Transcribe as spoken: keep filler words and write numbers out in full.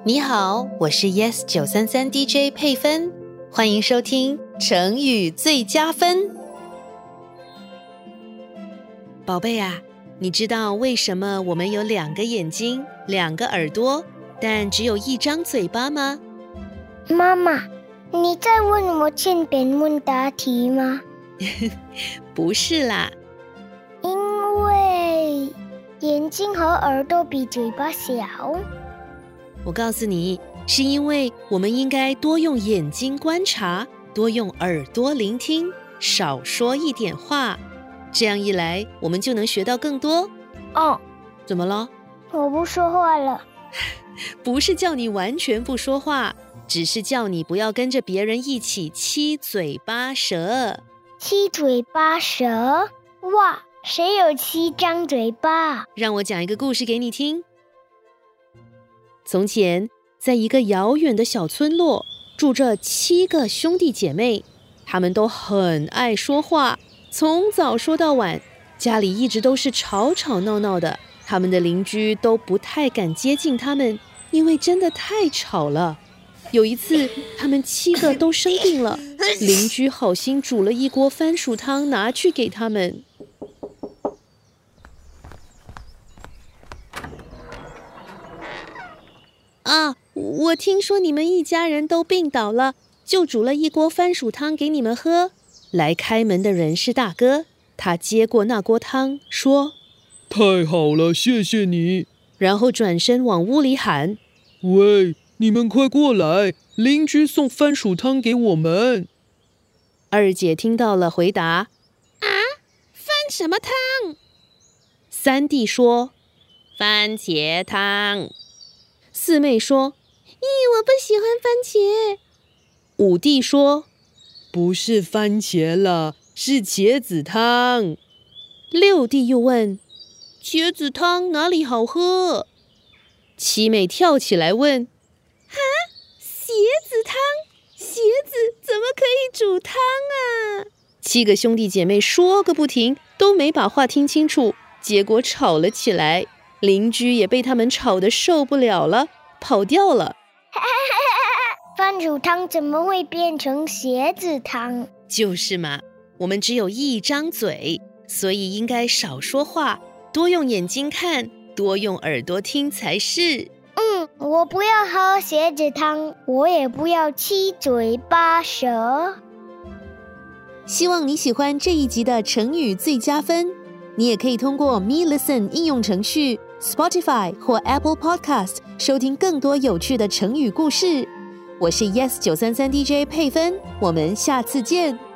你好，我是 Yes 九三三 D J 佩芬，欢迎收听成语最佳分。宝贝啊，你知道为什么我们有两个眼睛、两个耳朵，但只有一张嘴巴吗？ 妈妈，你在问我千变问答题吗？ 不是啦， 因为眼睛和耳朵比嘴巴小。 我告诉你，是因为我们应该多用眼睛观察，多用耳朵聆听，少说一点话。这样一来，我们就能学到更多。 哦， 怎么了？ 我不说话了。 不是叫你完全不说话，只是叫你不要跟着别人一起七嘴八舌。 七嘴八舌？哇，谁有七张嘴巴？ 让我讲一个故事给你听。从前，在一个遥远的小村落，住着七个兄弟姐妹，他们都很爱说话，从早说到晚，家里一直都是吵吵闹闹的。他们的邻居都不太敢接近他们，因为真的太吵了。有一次，他们七个都生病了，邻居好心煮了一锅番薯汤拿去给他们。啊，我听说你们一家人都病倒了，就煮了一锅番薯汤给你们喝。来开门的人是大哥，他接过那锅汤，说： 太好了，谢谢你。 然后转身往屋里喊： 喂，你们快过来，邻居送番薯汤给我们。 二姐听到了，回答：啊，番什么汤？三弟说：番茄汤。四妹说：咦，我不喜欢番茄。五弟说： 不是番茄了，是茄子汤。 六弟又问：茄子汤哪里好喝？七妹跳起来问：啊，茄子汤？茄子怎么可以煮汤啊？七个兄弟姐妹说个不停，都没把话听清楚，结果吵了起来。邻居也被他们吵得受不了了，跑掉了。 番薯汤怎么会变成茄子汤？ 就是嘛，我们只有一张嘴，所以应该少说话，多用眼睛看，多用耳朵听才是。 嗯，我不要喝茄子汤，我也不要七嘴八舌。 希望你喜欢这一集的成语最佳分。你也可以通过 Me Listen 应用程序、Spotify 或 Apple Podcast 收听更多有趣的成语故事。我是 Yes 九三三 D J 佩芬，我们下次见。